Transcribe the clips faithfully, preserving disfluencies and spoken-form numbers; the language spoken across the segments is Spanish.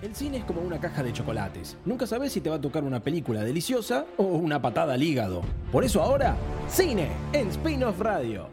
El cine es como una caja de chocolates. Nunca sabes si te va a tocar una película deliciosa o una patada al hígado. Por eso ahora, cine en Spin-Off Radio.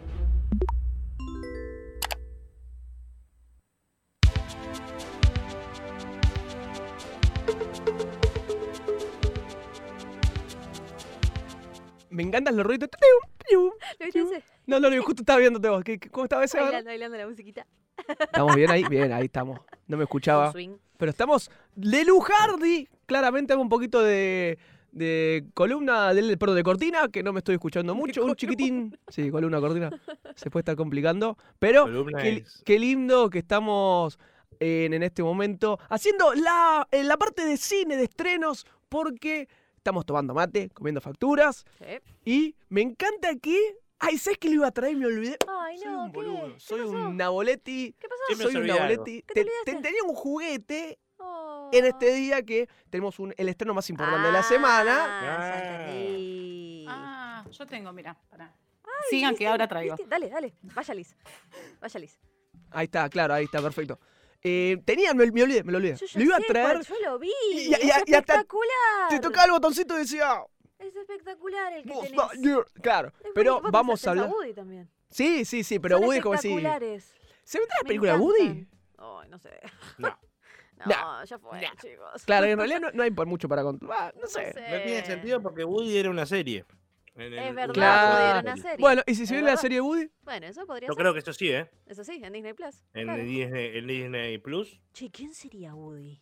Me encantan los ruidos. ¿Lo viste ese? No, no, no, justo estaba viéndote vos. ¿Qué- qué- ¿Cómo estaba ese ahora? Bailando, bailando la musiquita. ¿Estamos bien ahí? Bien, ahí estamos. No me escuchaba. Un swing. Pero estamos de Lujardi. Claramente hago un poquito de, de columna, del, perdón, de cortina, que no me estoy escuchando mucho. Un chiquitín. Sí, columna, cortina. Se puede estar complicando. Pero Columna qué, es- qué lindo que estamos en, en este momento haciendo la, en la parte de cine, de estrenos, porque estamos tomando mate, comiendo facturas. Sí. Y me encanta que... Ay, ¿sabes que lo iba a traer y me olvidé? Ay, Soy no, un ¿qué? boludo. ¿Qué Soy pasó? un Naboletti. ¿Qué pasó? Siempre Soy se un olvida Naboletti. ¿Qué te Te- olvidaste? te- tenía un juguete Oh. en este día que tenemos un, el estreno más importante de la semana. Ah, ya Ah. entendí. Ah, yo tengo, mira, pará. Ay, Sigan ¿viste? que ahora traigo. ¿Viste? Dale, dale. Vaya Liz. Vaya Liz. Ahí está, claro, ahí está, perfecto. Eh, tenía, me, me olvidé, me lo olvidé. Yo ya Lo iba sé a traer. cuál, yo lo vi. Y- y- es y- y hasta espectacular. Te tocaba el botoncito y decía. Es espectacular el que Buzz tenés. Lightyear. Claro, Es pero bonito. Vos vamos pensás- a pensás hablar. Woody también. Sí, sí, sí, pero Son Woody como si. espectaculares. ¿Se vendrá la Me película de Woody? encantan. Ay, no sé. No. No, Nah. ya fue, Nah. chicos. Claro, en realidad no, no hay por mucho para contar. Ah, no sé. No tiene sentido porque Woody era una serie. En Es el- verdad, Claro. Woody era una serie. Bueno, ¿y si se Es viene la verdad. serie de Woody? Bueno, eso podría Yo ser. creo que eso sí, ¿eh? Eso sí, en Disney Plus. En Claro. Disney, en Disney Plus. Che, ¿quién sería Woody?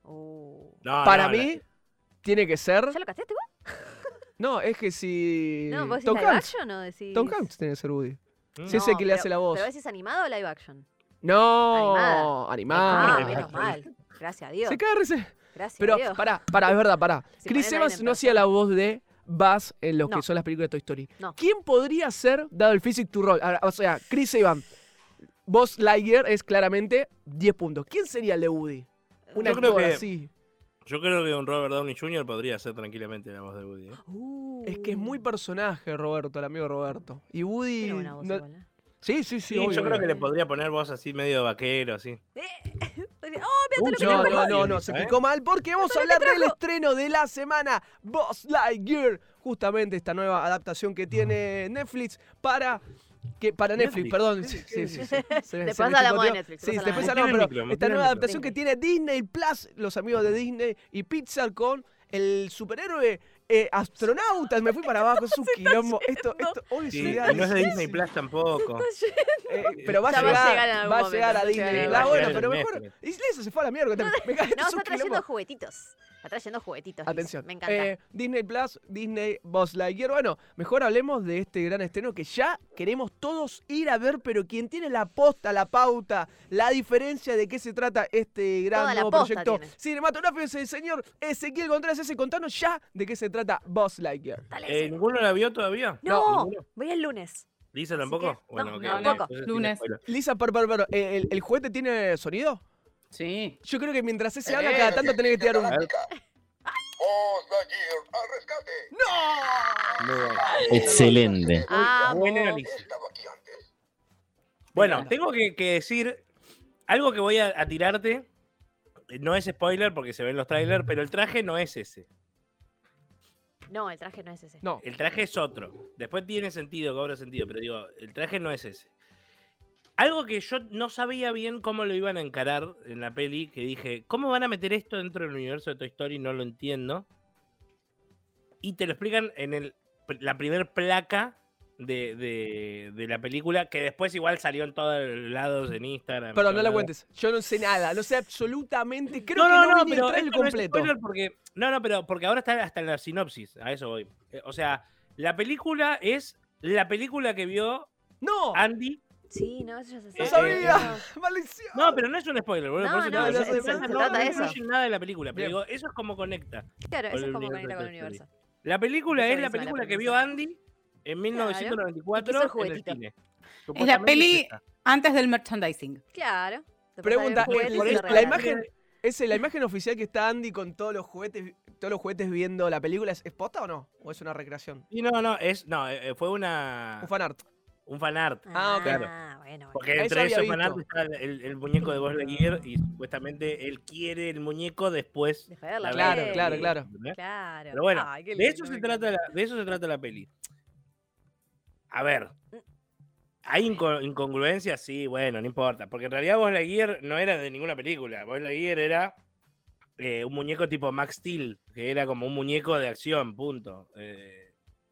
Oh. No, Para no, mí, tiene que ser. ¿Ya lo casteaste vos? No, es que si. No, ¿vos decís Tom live Hanks. action o decís...? Tom Hanks tiene que ser Woody. la- Sí, ese que le pero- hace la voz. ¿Pero decís animado o live action? No, Animada. animada. Ah, live menos action. mal. Gracias a Dios. Se cae de risa. Gracias Pero a Dios. pará, pará, es verdad, pará. Si Chris ponés a Evans alguien en no hacía la voz de Buzz en lo que No. son las películas de Toy Story. No. ¿Quién podría ser, dado el physic to roll? Ahora, o sea, Chris Evans, Buzz Lightyear es claramente diez puntos. ¿Quién sería el de Woody? Un Yo creo actor que- así. Yo creo que un Robert Downey junior podría hacer tranquilamente la voz de Woody. ¿eh? Uh, Es que es muy personaje, Roberto, el amigo Roberto. Y Woody. Tiene buena voz no- igual, ¿eh? Sí, sí, sí. Sí, obvio, yo creo obvio. que le podría poner voz así medio vaquero, así. ¡Oh, mira Uh, todo lo que no, No, me no, no, no, Lisa, se ¿eh? picó mal porque vamos a Todo lo que hablar del trajo. estreno de la semana, Buzz Lightyear, justamente esta nueva adaptación que tiene Netflix para que para Netflix, Netflix. perdón, sí, sí, sí, sí. Se- Después se me hablamos de chicoteó. Netflix, Sí, después después hablamos hablamos, de pero Netflix. esta Metele nueva el adaptación que tiene Disney Plus, los amigos de Disney y Pixar con el superhéroe eh, astronautas, me fui para abajo, es un quilombo. Esto, esto, hoy Sí, sí, y no es de Disney Plus tampoco. eh, pero va a Ya va a llegar, llegar en algún va a momento, llegar a va a Disney. llegar en La algún bueno, momento. pero Va a mejor. llegar Iglesias se fue a la mierda. Me cae, esto No, es un está trayendo quilombo. juguetitos. Está trayendo juguetitos. Liz. Atención. Me encanta. eh, Disney Plus, Disney Buzz Lightyear. Bueno, mejor hablemos de este gran estreno que ya queremos todos ir a ver, pero quien tiene la posta, la pauta, la diferencia de qué se trata este gran Toda la nuevo posta proyecto tiene. cinematográfico es el señor Ezequiel Contreras. Ese, contanos ya de qué se trata Buzz Lightyear. Dale, Eh, sí. ¿Ninguno la vio todavía? No, ¿Ninguno? voy el lunes. ¿Lisa Así tampoco? que- Bueno, no, ok, no, ok, tampoco. entonces sin Lunes. spoiler. Lisa, per, per, per, eh, ¿el, el juguete tiene sonido? Sí. Yo creo que mientras ese habla, cada tanto tenés que tirar un. A ver. ¡Buzz Lightyear al rescate! ¡No! Muy bueno. Excelente. Amo. Buen análisis. Estaba aquí antes. Bueno, tengo que, que decir algo que voy a, a tirarte. No es spoiler porque se ven los trailers, pero el traje no es ese. No, el traje no es ese. No. El traje es otro. Después tiene sentido, cobra sentido, pero digo, el traje no es ese. Algo que yo no sabía bien cómo lo iban a encarar en la peli, que dije, ¿cómo van a meter esto dentro del universo de Toy Story? No lo entiendo. Y te lo explican en el, la primer placa de, de, de la película, que después igual salió en todos lados, en Instagram. Perdón, en no todos la lados. cuentes. Yo no sé nada, no sé absolutamente. Creo No, que no, no, no, vi ni el pero trailer esto no es completo. spoiler porque, no, no, pero porque ahora está hasta en la sinopsis, a eso voy. Eh, O sea, la película es la película que vio ¡No! Andy. Sí, no, eso ya se ¡No sabe. Eh, sabía! ¡Maldición! No, pero no es un spoiler, boludo. No, por eso no, te digo, no, se- no- se no- trata no de eso. influye en nada de la película, pero Bien. digo, eso es como conecta. Claro, con eso el es como universo conecta con el de Toy universo. La película Está es la buenísima la película que premisa. vio Andy en mil novecientos noventa y cuatro Hizo el en el juguetito. cine. Es la Supuestamente peli es esa. antes del merchandising. Claro. Después Pregunta, sale el juguete y ¿es- se es lo la regalan. imagen, ¿es la imagen oficial que está Andy con todos los juguetes, todos los juguetes viendo la película? ¿Es, es posta o no? ¿O es una recreación? Y no, no, es, no, eh, fue una, Un fanart. Un fanart. Ah, claro. bueno, bueno. Porque Eso entre había esos visto. fanarts está el, el muñeco de Buzz Lightyear y supuestamente él quiere el muñeco después. Después de la Claro, peli. claro, claro. ¿entendés? Claro. Pero bueno, Ay, qué de lindo, eso, se me trata encanta. la, de eso se trata la peli. A ver. ¿Hay inco- incongruencias? Sí, bueno, no importa. Porque en realidad Buzz Lightyear no era de ninguna película. Buzz Lightyear era eh, un muñeco tipo Max Steel, que era como un muñeco de acción, punto. Eh,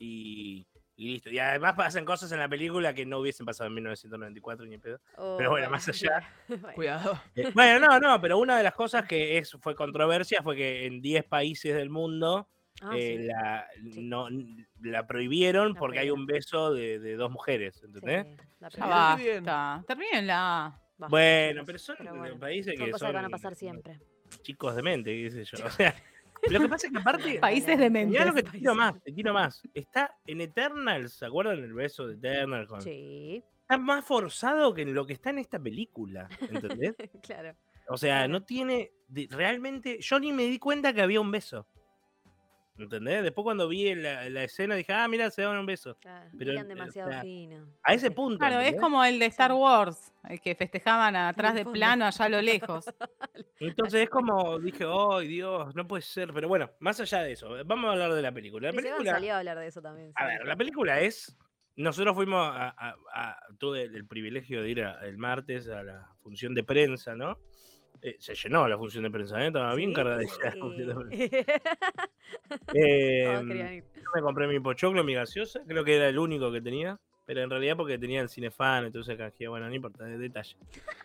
y, y listo. Y además pasan cosas en la película que no hubiesen pasado en mil novecientos noventa y cuatro ni en pedo. Oh, Pero bueno, más allá. Bueno. Cuidado. Eh, bueno, no, no, pero una de las cosas que es, fue controversia fue que en diez países del mundo Ah, eh, sí. la, Sí. no, la prohibieron La porque hay un prohibieron. beso de, de dos mujeres, ¿entendés? Sí, la Sí. Ya primera. Muy bien. basta. Termínenla. Basta, Bueno, chicos, pero son pero bueno, países son que cosas son que van a pasar siempre. chicos de mente, qué sé yo. O sea, lo que pasa es que aparte, Países de mirá lo que mentes. te tiro más, te tiro más. Está en Eternals, ¿se acuerdan el beso de Eternals? Con- Sí, Está más forzado que en lo que está en esta película, ¿entendés? claro. O sea, Claro. no tiene. de- realmente. Yo ni me di cuenta que había un beso. ¿Entendés? Después cuando vi la, la escena dije, ah, mira, se daban un beso. claro. Pero, Miran eh, demasiado o sea, fino. A ese Sí. punto. Claro, es ¿entendés? como el de Star Sí. Wars, el que festejaban atrás el de fondo. plano, allá a lo lejos. Entonces es como, dije, ay Dios, no puede ser. Pero bueno, más allá de eso, vamos a hablar de la película. La Chris Evans película, salió a hablar de eso también. a sí, ver, sí. la película es. Nosotros fuimos a, a- a- tuve el privilegio de ir a- el martes a la función de prensa, ¿no? Eh, se llenó la función de prensa, ¿eh? Estaba bien ¿Sí? cargadita la función de prensa. Todos Eh, querían ir. Yo me compré mi pochoclo, mi gaseosa, creo que era el único que tenía, pero en realidad porque tenía el cinefan, entonces canjeé, bueno, no importa, de detalle.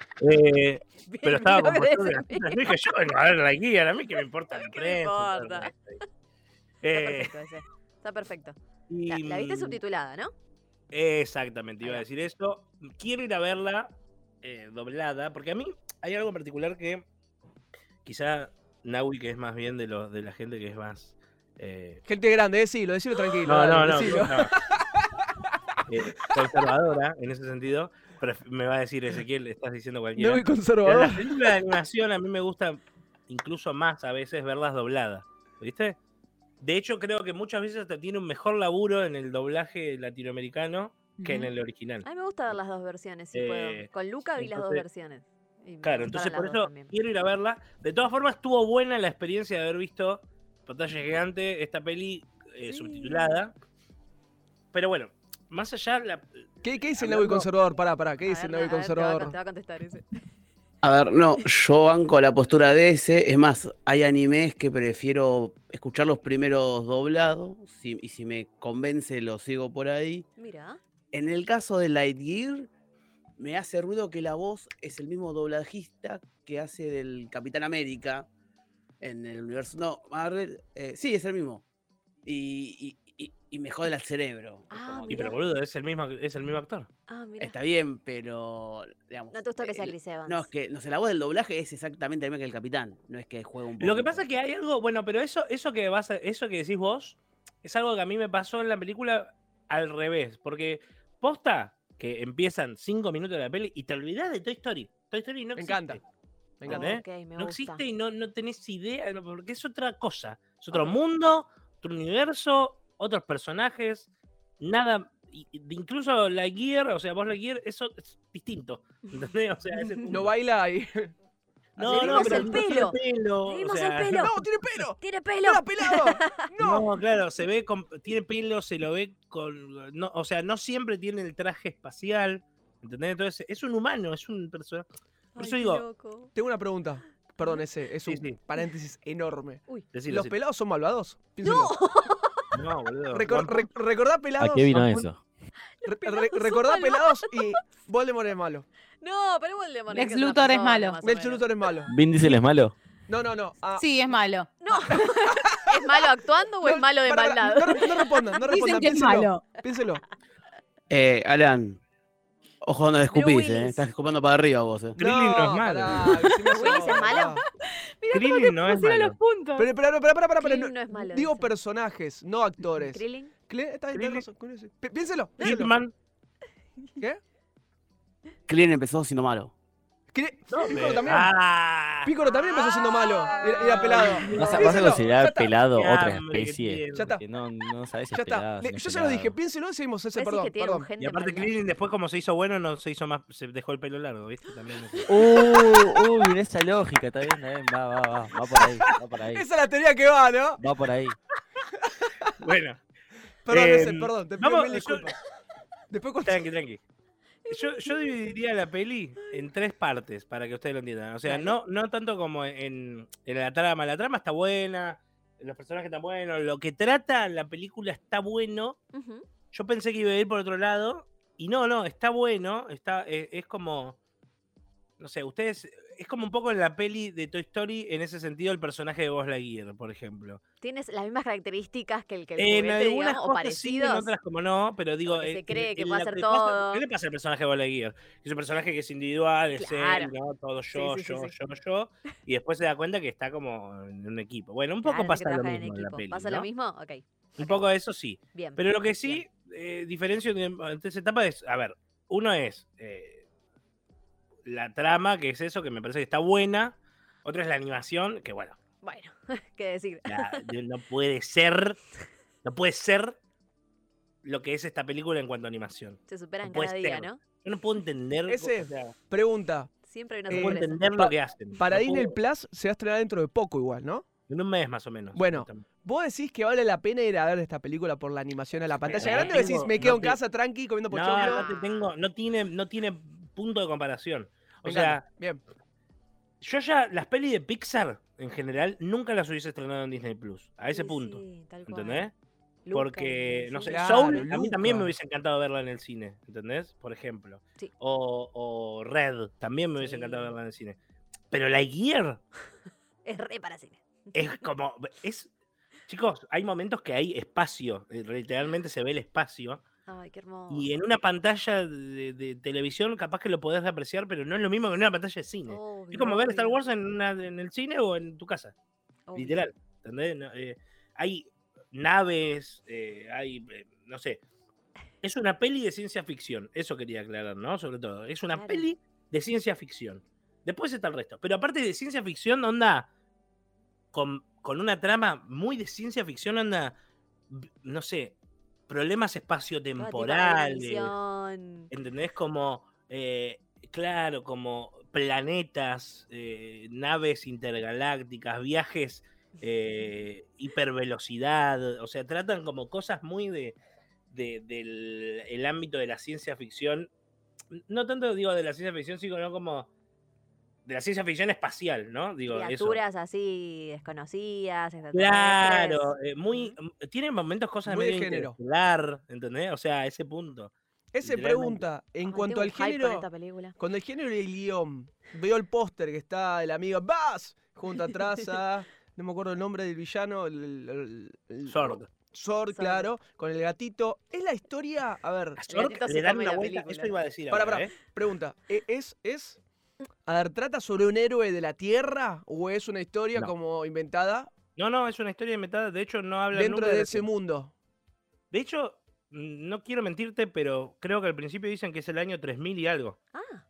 Eh, pero estaba con Creo que pochoclo y debe ser gaseosa. Yo dije, yo vengo a ver la guía, a mí que me importa la ¿Qué me prensa. todo importa? el resto. Está Eh, perfecto ese. Está perfecto. y, La, la viste mm, subtitulada, ¿no? Exactamente, iba Ahí a va. decir eso. Quiero ir a verla eh, doblada, porque a mí hay algo en particular que quizá Naui, que es más bien de los de la gente que es más... eh, Gente grande, decilo, decilo tranquilo. No, dale, no, no. decilo. no. Eh, conservadora, en ese sentido. Pref- me va a decir Ezequiel, estás diciendo No cualquiera. muy Pero conservador. las películas de animación a mí me gusta incluso más a veces verlas dobladas. ¿Viste? De hecho, creo que muchas veces hasta tiene un mejor laburo en el doblaje latinoamericano que en Ujú. el original. A mí me gusta ver las dos versiones, si Eh, puedo. Con Luca vi las dos entonces- versiones. y me Claro, gustaron entonces las por dos eso también. quiero ir a verla. De todas formas, estuvo buena la experiencia de haber visto Pantalla Gigante, esta peli eh, Sí. subtitulada. Pero bueno, más allá, la, ¿Qué, qué dice el Naui Hablando- conservador? Pará, pará, ¿qué A dice ver, el Naui a ver, te va a- conservador? Te va a contestar ese. A ver, no, yo banco la postura de ese. Es más, hay animes que prefiero escucharlos primeros doblados si- y si me convence lo sigo por ahí. Mira. En el caso de Lightyear, me hace ruido que la voz es el mismo doblajista que hace del Capitán América en el universo. No, Marvel, eh, sí, es el mismo. Y, y- y- y me jode el cerebro. Es Ah, como y que- mirá. pero boludo, es el mismo, es el mismo actor. Ah, mira. Está bien, pero digamos. No te gustó que sea el- Chris Evans. No, es que, no sé, la voz del doblaje es exactamente la misma que el capitán. No es que juegue un poco. Lo que pasa es que hay algo, bueno, pero eso, eso que vas a- eso que decís vos, es algo que a mí me pasó en la película al revés. Porque posta que empiezan cinco minutos de la peli y te olvidás de Toy Story. Toy Story no Me existe. encanta. Me encanta. ¿entendés? Ok, me No gusta. existe y no, no tenés idea, no, porque es otra cosa. Es otro Ok. mundo, otro universo, otros personajes, nada. y- y incluso la Gear, o sea, vos la Gear, eso es distinto. ¿Entendés? O sea, ese punto. No baila ahí. No, Le no, vimos pero el incluso pelo. pelo, Le o vimos sea, el pelo. ¡No, tiene pelo! ¡Tiene pelo! ¡Está pelado! ¡No! No, claro, se ve con, tiene pelo, se lo ve con, no, o sea, no siempre tiene el traje espacial, ¿entendés? Entonces es un humano, es un personaje. Por Ay, eso qué digo, loco. Tengo una pregunta. Perdón, ese es Sí, un sí. paréntesis enorme. Uy. decilo, ¿Los decilo. pelados son malvados? Piénselo. No, boludo. Recor- One re- recordá pelados. ¿A qué vino Juan- eso? re- pelados re- son recordá malvados. pelados y Voldemort es malo. No, pero Voldemort Lex es una Luthor es persona, malo. más o Lex menos. Luthor es malo. ¿Vin Diesel es malo? No, no, no. ah, Sí, es malo. No. ¿Es malo actuando o es no, malo de pará, maldad? No, no, no respondan, no Dicen respondan. que es Piénselo. malo. Piénselo. Eh, Alan, ojo donde escupís, Willis. eh. Estás escupando para arriba vos, eh. Krillin no es malo. pará, decime eso, ¿Willis es malo? pará. Mira cómo Krillin te no es pusieron malo. los puntos. Pero, pero, pero, pará, pará, pará, Krillin no- no es malo, Digo dice. personajes, no actores. ¿Krillin? Cle- está bien, Krillin. tenés razón, Krillin, sí. Pi- Piénselo. piénselo. Hitman, ¿Qué? Krillin empezó siendo malo. ¿Qué? No, Piccolo me- también. Ah, Piccolo también empezó siendo malo. Era, era pelado. Vas a, vas a Piénselo, considerar ya está. pelado Qué otra hambre que especie. tiene. Ya está. Que no, no sabes si Ya es está. pelado, si Le- no es yo se lo dije, pelado. piénselo y seguimos ese, Vos decís perdón, que tiene perdón. un gen Y de aparte maldad. Krillin después como se hizo bueno no se hizo más, se dejó el pelo largo, ¿viste? También. Uh, uy, en esa lógica, está bien, está bien, va, va, va, va por ahí, va por ahí, Esa es la teoría que va, ¿no? va por ahí. Bueno, Perdón, Eh, ese, perdón, te pido vamos, mil yo- disculpas. Después con- tranqui, tranqui. Yo, yo dividiría la peli en tres partes para que ustedes lo entiendan. O sea, Dale. no, no tanto como en, en la trama. La trama está buena, los personajes están buenos, lo que trata la película está bueno. Ujú. Yo pensé que iba a ir por otro lado. Y no, no, está bueno. Está, es, es como. No sé, ustedes. Es como un poco en la peli de Toy Story, en ese sentido, el personaje de Buzz Lightyear, por ejemplo. Tienes las mismas características que el, que el En juguete, algunas digamos, o cosas sí, en parecidos. otras como no, pero digo. que se eh, cree en- que en puede la hacer que pasa- todo. ¿Qué le pasa al personaje de Buzz Lightyear? Es un personaje que es individual, es Claro. él, ¿no? Todo Sí, yo, sí, sí, yo, sí. yo, yo. Y después se da cuenta que está como en un equipo. Bueno, un poco Claro, tiene que pasa lo trabajar en mismo en la equipo. peli. ¿Pasa ¿no? lo mismo? Ok, Un ok. poco de eso sí. bien. Pero lo que sí, eh, diferencio de- entre esa etapa es, a ver, uno es eh, la trama, que es eso, que me parece que está buena. Otro es la animación, que bueno, Bueno, qué decir. la- no puede ser, no puede ser lo que es esta película en cuanto a animación. Se superan No puede cada día, ser. ¿no? Yo no puedo entender, Ese- o sea, Pregunta. Siempre hay una Eh, no puedo sorpresa. entender pa- lo que hacen. Para No Disney puedo. Plus se va a estrenar dentro de poco igual, ¿no? En un mes más o menos. Bueno, supuestamente. ¿Vos decís que vale la pena ir a ver esta película por la animación a la pantalla no grande o decís, tengo- me quedo no en te- casa tranqui comiendo No, pochoclo? no te tengo, no tiene, no tiene punto de comparación. O Me sea, encanta. Bien. yo ya las pelis de Pixar en general nunca las hubiese estrenado en Disney Plus, a ese Sí, punto. sí, tal cual. ¿Entendés? Luca, Porque, no sí. sé, Claro, Soul, a mí también me Luca. hubiese encantado verla en el cine, ¿entendés? Por ejemplo. Sí. O, o Red, también me hubiese Sí. encantado verla en el cine. Pero Lightyear Es re para cine. es como, es, chicos, hay momentos que hay espacio, eh, literalmente se ve el espacio, Ay, qué hermoso. y en una pantalla de, de televisión capaz que lo podés apreciar, pero no es lo mismo que en una pantalla de cine. Obvio, Es como ver Star obvio, Wars en, una- en el cine o en tu casa. obvio. Literal, ¿entendés? No, eh, hay naves, eh, hay, eh, no sé. Es una peli de ciencia ficción, eso quería aclarar, ¿no? Sobre todo, es una Claro. peli de ciencia ficción. Después está el resto. Pero aparte de ciencia ficción, onda, con, con una trama muy de ciencia ficción, onda, b- no sé, problemas Todo tipo de espaciotemporales. dimensión. ¿Entendés? Como, eh, claro, como planetas, eh, naves intergalácticas, viajes, eh, hipervelocidad. O sea, tratan como cosas muy de, de- del el ámbito de la ciencia ficción. No tanto digo de la ciencia ficción, sino como de la ciencia ficción espacial, ¿no? Digo, eso. Criaturas así desconocidas, Claro, extraterrestres. eh, muy, Ujú. tiene momentos cosas Muy de medio género. interestelar, ¿entendés? O sea, a ese punto. Ese Literalmente. pregunta, en Ay, cuanto tengo al un hype con género, esta película. cuando el género y el guión, veo el póster que está el amigo Buzz junto atrás a, no me acuerdo el nombre del villano, el, el- el- el- Sword. Sword, Sword. claro, con el gatito. Es la historia, a ver, A Zork gatito se le dan come una la vuelta, película. eso iba a decir Pará, ahora, pará. ¿eh? pregunta, ¿e- ¿es, es, a ver, trata sobre un héroe de la Tierra o es una historia No. como inventada No, no, es una historia inventada, de hecho no habla dentro nunca de la ese Tierra. mundo? De hecho, mm, no quiero mentirte, pero creo que al principio dicen que es el año tres mil y algo, Ah.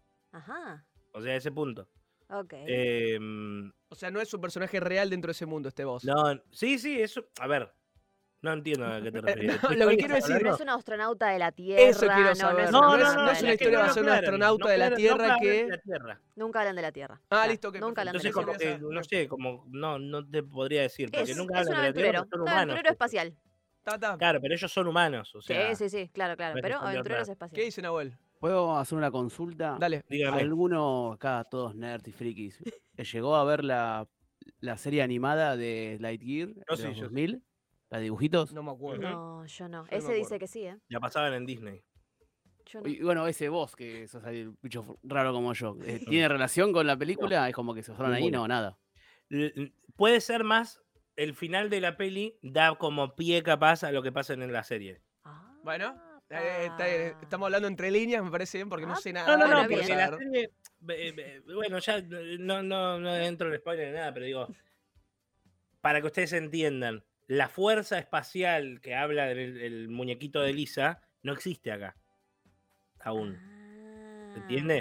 Ajá. o sea, ese punto. Ok. Em, O sea, no es un personaje real dentro de ese mundo este Buzz. no, sí, sí, eso, a ver, no entiendo a qué te refieres. no, ¿Qué lo que historia quiero estás decir- no hablando? es un astronauta de la Tierra. Eso quiero no, saber. es No, un no, no, astronauta no de es la una historia Tierra. basada en un aclaran, astronauta no de la aclaran- Tierra no hablan que- de la Tierra. Nunca hablan de la Tierra. Ah, Claro, listo, que Nunca hablan de Entonces, la como Tierra. que, no sé, como, no, no te podría decir, porque Es, nunca es un hablan de la Tierra, aventurero. pero son Un humanos. aventurero ellos. espacial. Tata, Claro, pero ellos son humanos, o sea, Sí, sí, sí, claro, claro. no es que Pero son de aventureros otra- ¿qué espaciales. dice Nahuel? ¿Puedo hacer una consulta? Dale. dígame. ¿Alguno acá, todos nerds y frikis, eh, llegó a ver la, la serie animada de Lightyear Yo de sí, los yo sí. dos mil? ¿La de dibujitos? No me acuerdo. No, yo no. Yo no me Ese dice acuerdo. que sí, ¿eh? La pasaban en Disney. Yo no. Y bueno, ese vos, que sos ahí el bicho fu- raro como yo, eh, ¿tiene relación con la película? Es como que se fueron ahí, Ninguna. no, nada. L- l- Puede ser más, el final de la peli da como pie capaz a lo que pasa en la serie. Ah, Bueno, Eh, está bien, pa. estamos hablando entre líneas, me parece bien, porque no Ah, sé No, nada. no, bueno, no, quiero porque la saber. serie, eh, eh, bueno, ya no, no, no entro en spoiler ni nada, pero digo, para que ustedes entiendan, la fuerza espacial que habla del el muñequito de Lisa no existe acá. Aún. ¿entiende? Ah,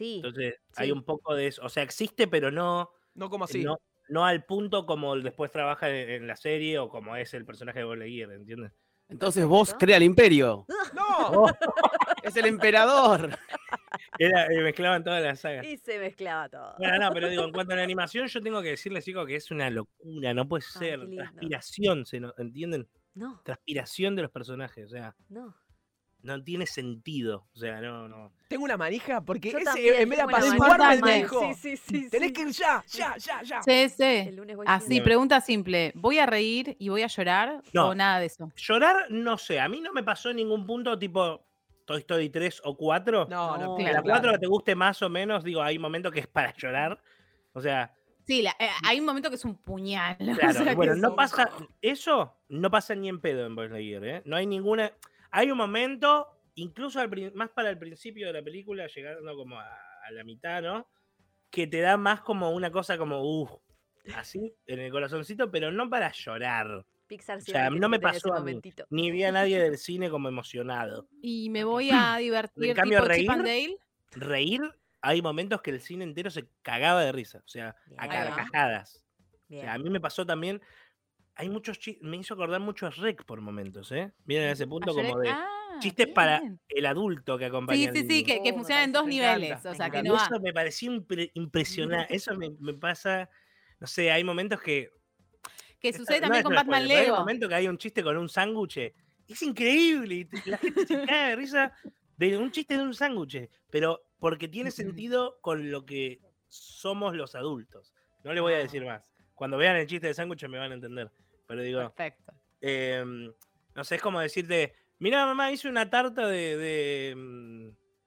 Sí. Entonces, Sí. hay un poco de eso. O sea, existe, pero no, No como así. no, no al punto como después trabaja en, en la serie o como es el personaje de Buzz Lightyear, ¿entiendes? Entonces vos Perfecto. crea el imperio. ¡No! Es el emperador. Era, eh, mezclaban todas las sagas. Y se mezclaba todo. Bueno, no, pero digo, en cuanto a la animación, yo tengo que decirles, chicos, que es una locura, no puede Ay, ser. qué lindo. Transpiración, ¿se no- ¿entienden? No, Transpiración de los personajes, o sea, no. no tiene sentido. O sea, no, no. Tengo una manija porque Yo ese, también en vez de tengo una apaciguarme, manija. me dijo: Sí, sí, sí. tenés sí. que ir ya, ya, ya, ya. Sí, sí. El lunes voy Así, yendo. pregunta simple. ¿Voy a reír y voy a llorar No. o nada de eso? Llorar, no sé, a mí no me pasó en ningún punto tipo Toy Story tres o cuatro. No, no, No, Que claro, la claro. cuatro te guste más o menos, digo, hay momentos que es para llorar. O sea, Sí, la- eh, hay un momento que es un puñal. o claro, sea que bueno, no son- pasa, eso no pasa ni en pedo en Buzz Lightyear, ¿eh? No hay ninguna, hay un momento, incluso al prin- más para el principio de la película, llegando como a, a la mitad, ¿no? Que te da más como una cosa como, uh, así, en el corazoncito, pero no para llorar. Pixar O siempre sea, quiere no me que te dé ese pasó a mí, momentito. ni vi a nadie del cine como emocionado. Y me voy a divertir En cambio, tipo Chip and reír, Dale. Reír, hay momentos que el cine entero se cagaba de risa, o sea, a Bien. carcajadas. O Bien. sea, a mí me pasó también. Hay muchos chistes, me hizo acordar mucho a Rec por momentos, ¿eh? Miren a ese punto Ayer- como de Ah, chistes bien, para bien. el adulto que acompaña Sí, al sí, sí, niño. que, que Oh, me funciona en parece- dos me niveles. encanta, O me sea, que encanta. Y no va. eso me pareció impre- impresionante. Eso me, me pasa. No sé, hay momentos que. Que esto sucede no también es con un Batman spoiler, pero Hay un Lego. momento que hay un chiste con un sándwich. Es increíble. Y te- la gente se cae de risa de un chiste de un sándwich. Pero porque tiene sentido con lo que somos los adultos. No les voy a decir más. Cuando vean el chiste de sándwich me van a entender. Pero digo. Perfecto. Eh, no sé, es como decirte, mira mamá, hice una tarta de, de, mm,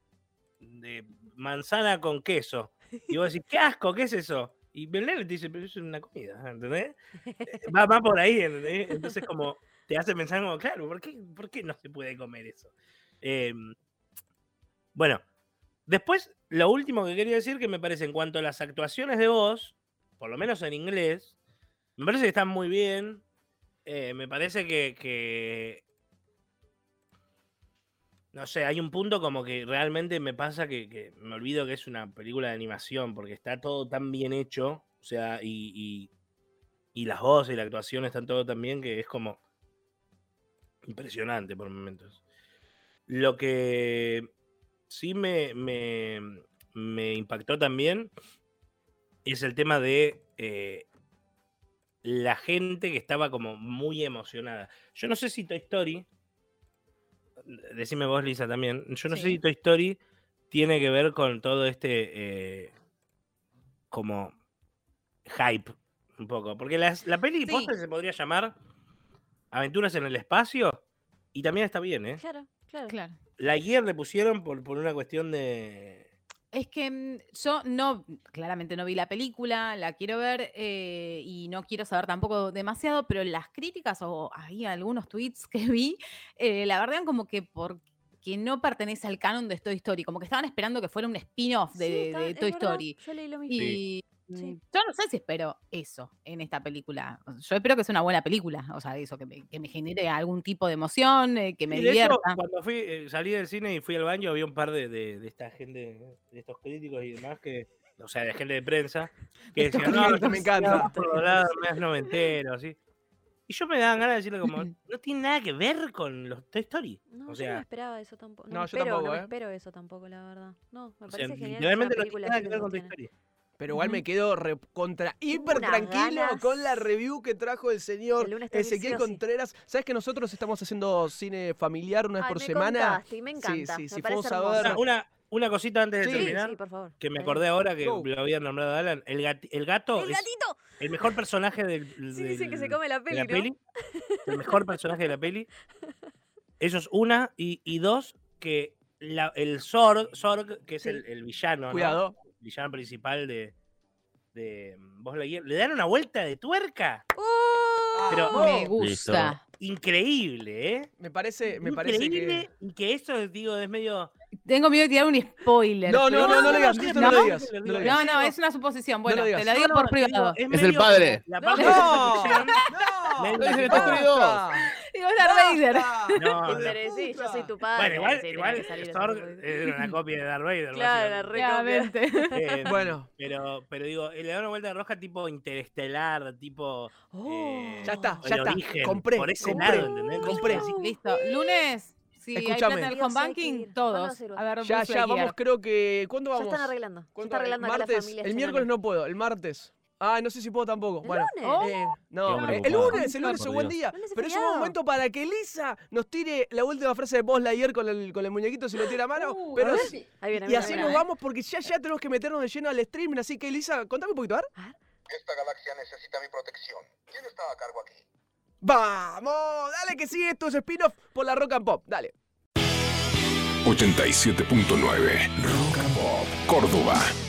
de manzana con queso. Y vos decís, qué asco, ¿qué es eso? Y Belén te dice, pero eso es una comida, ¿entendés? Eh, Va, va por ahí, ¿entendés? Entonces como te hace pensar como, claro, ¿por qué, por qué no se puede comer eso? Eh, bueno, después, lo último que quería decir que me parece en cuanto a las actuaciones de voz, por lo menos en inglés, me parece que están muy bien. Eh, me parece que, que- no sé, hay un punto como que realmente me pasa que, que me olvido que es una película de animación, porque está todo tan bien hecho, o sea, y, y, y las voces y la actuación están todo tan bien que es como impresionante por momentos. Lo que sí me, me, me impactó también es el tema de eh, la gente que estaba como muy emocionada. Yo no sé si Toy Story, decime vos, Lisa, también, yo no sé Sí. si Toy Story tiene que ver con todo este eh, como hype un poco, porque las- la peli Sí. posta se podría llamar Aventuras en el Espacio y también está bien, ¿eh? Claro, claro. Claro. La guía le pusieron por, por una cuestión de... Es que mm, yo no, claramente no vi la película, la quiero ver eh, y no quiero saber tampoco demasiado, pero las críticas o hay algunos tweets que vi, eh, la verdad como que porque no pertenece al canon de Toy Story, como que estaban esperando que fuera un spin-off de, Sí, de- está- de es Toy verdad, Story. Yo leí lo mismo. Y Sí. mm, yo no sé si espero eso en esta película. Yo espero que sea una buena película, o sea, eso, que me, que me genere algún tipo de emoción, eh, que me Sí, de hecho, divierta. cuando fui, eh, salí del cine y fui al baño, había un par de, de, de esta gente, de estos críticos y demás, que, o sea, de gente de prensa, que Estos decían, no, clientes me encanta". por los lados, más noventero, así. Y yo me daban ganas de decirle como, no tiene nada que ver con los Toy Story. No, o yo no sea, me esperaba eso tampoco. No, No, me yo espero, tampoco, no me ¿eh? espero eso tampoco, la verdad. No, me o sea, parece genial. realmente es una no tiene película nada así que que ver con Toy sostiene. Story. Pero igual me Ujú. quedo re- contra hiper unas tranquilo ganas. con la review que trajo el señor El lunes tengo que ir Ezequiel sí o sí. Contreras. ¿Sabes que nosotros estamos haciendo cine familiar una vez Ay, por me semana? contaste y me Sí, encanta, sí, me sí, parece fuimos a hermoso. ver. Una, una, una cosita antes de Sí, Sí, terminar, sí, por favor. que me Dale. acordé ahora que Go. lo había nombrado Alan, el, gati- el gato ¡El es gatito! el mejor personaje del, Sí, dicen que se del- come la de peli, la ¿no? peli. El mejor personaje de la peli. Eso es una. Y, y dos, que la- el Zorg, Zorg, que es Sí. el, el villano, ¿no? Cuidado. El villano principal de, de Buzz Lightyear, le dan una vuelta de tuerca. ¡Oh! Pero Me Oh, gusta. increíble, ¿eh? Me parece, me parece Increíble. que. Y que eso, digo, es medio... Tengo miedo de tirar un spoiler. No, pero- no, no, no le digas, sí, esto no, no lo no, digas. sí, lo No digo. lo No, digas. no, es una suposición. Bueno, lo te digas. la digo No, por no, te digo, privado. Es el medio padre. como La No. parte de ¡No! la ficción, ¡No! medio Lo dicen en tipo- Toy Story dos. ¡Basta! Digo, amigo es Darth Vader. ¡Basta! No, no. Pero sí, yo soy tu padre. Bueno, igual, sí, tenía igual que salir Thor ese- era una copia de Darth Vader. Claro, la básicamente. recopia. Obviamente. Eh, Bueno. Pero, pero digo, le da una vuelta de roja tipo interestelar, tipo. Oh. eh, Ya está, el ya está. origen, Compré, por ese compré, lado, ¿entendés? compré. Así, Listo. Lunes, si hay Escúchame. plata en el Dios, home hay que banking, ir. ¿Cuándo va a todos. ser? A ver, Ya, Buzz ya, Lightyear. vamos, creo que. ¿Cuándo Ya vamos? están arreglando. Ya ¿Cuándo? está arreglando el acá la martes, familia. el Schenoni. miércoles no puedo, el martes. Ah, no sé si puedo tampoco. ¿El Bueno, lunes? Oh, eh, Qué no, hombre eh, el ocupado. lunes, el lunes es Por un buen Dios. día. Lunes es Pero es un feriado. momento para que Elisa nos tire la última frase de Buzz Lightyear con el, con el muñequito, si lo tira a mano. Uh, pero a ver. sí- Ahí viene, y viene, así viene. nos vamos porque ya, ya tenemos que meternos de lleno al streaming. Así que, Elisa, contame un poquito, a ver. Esta galaxia necesita mi protección. ¿Quién está a cargo aquí? ¡Vamos! Dale que sigue estos spin-off por la Rock and Pop. Dale. ochenta y siete punto nueve Rock and Pop Córdoba.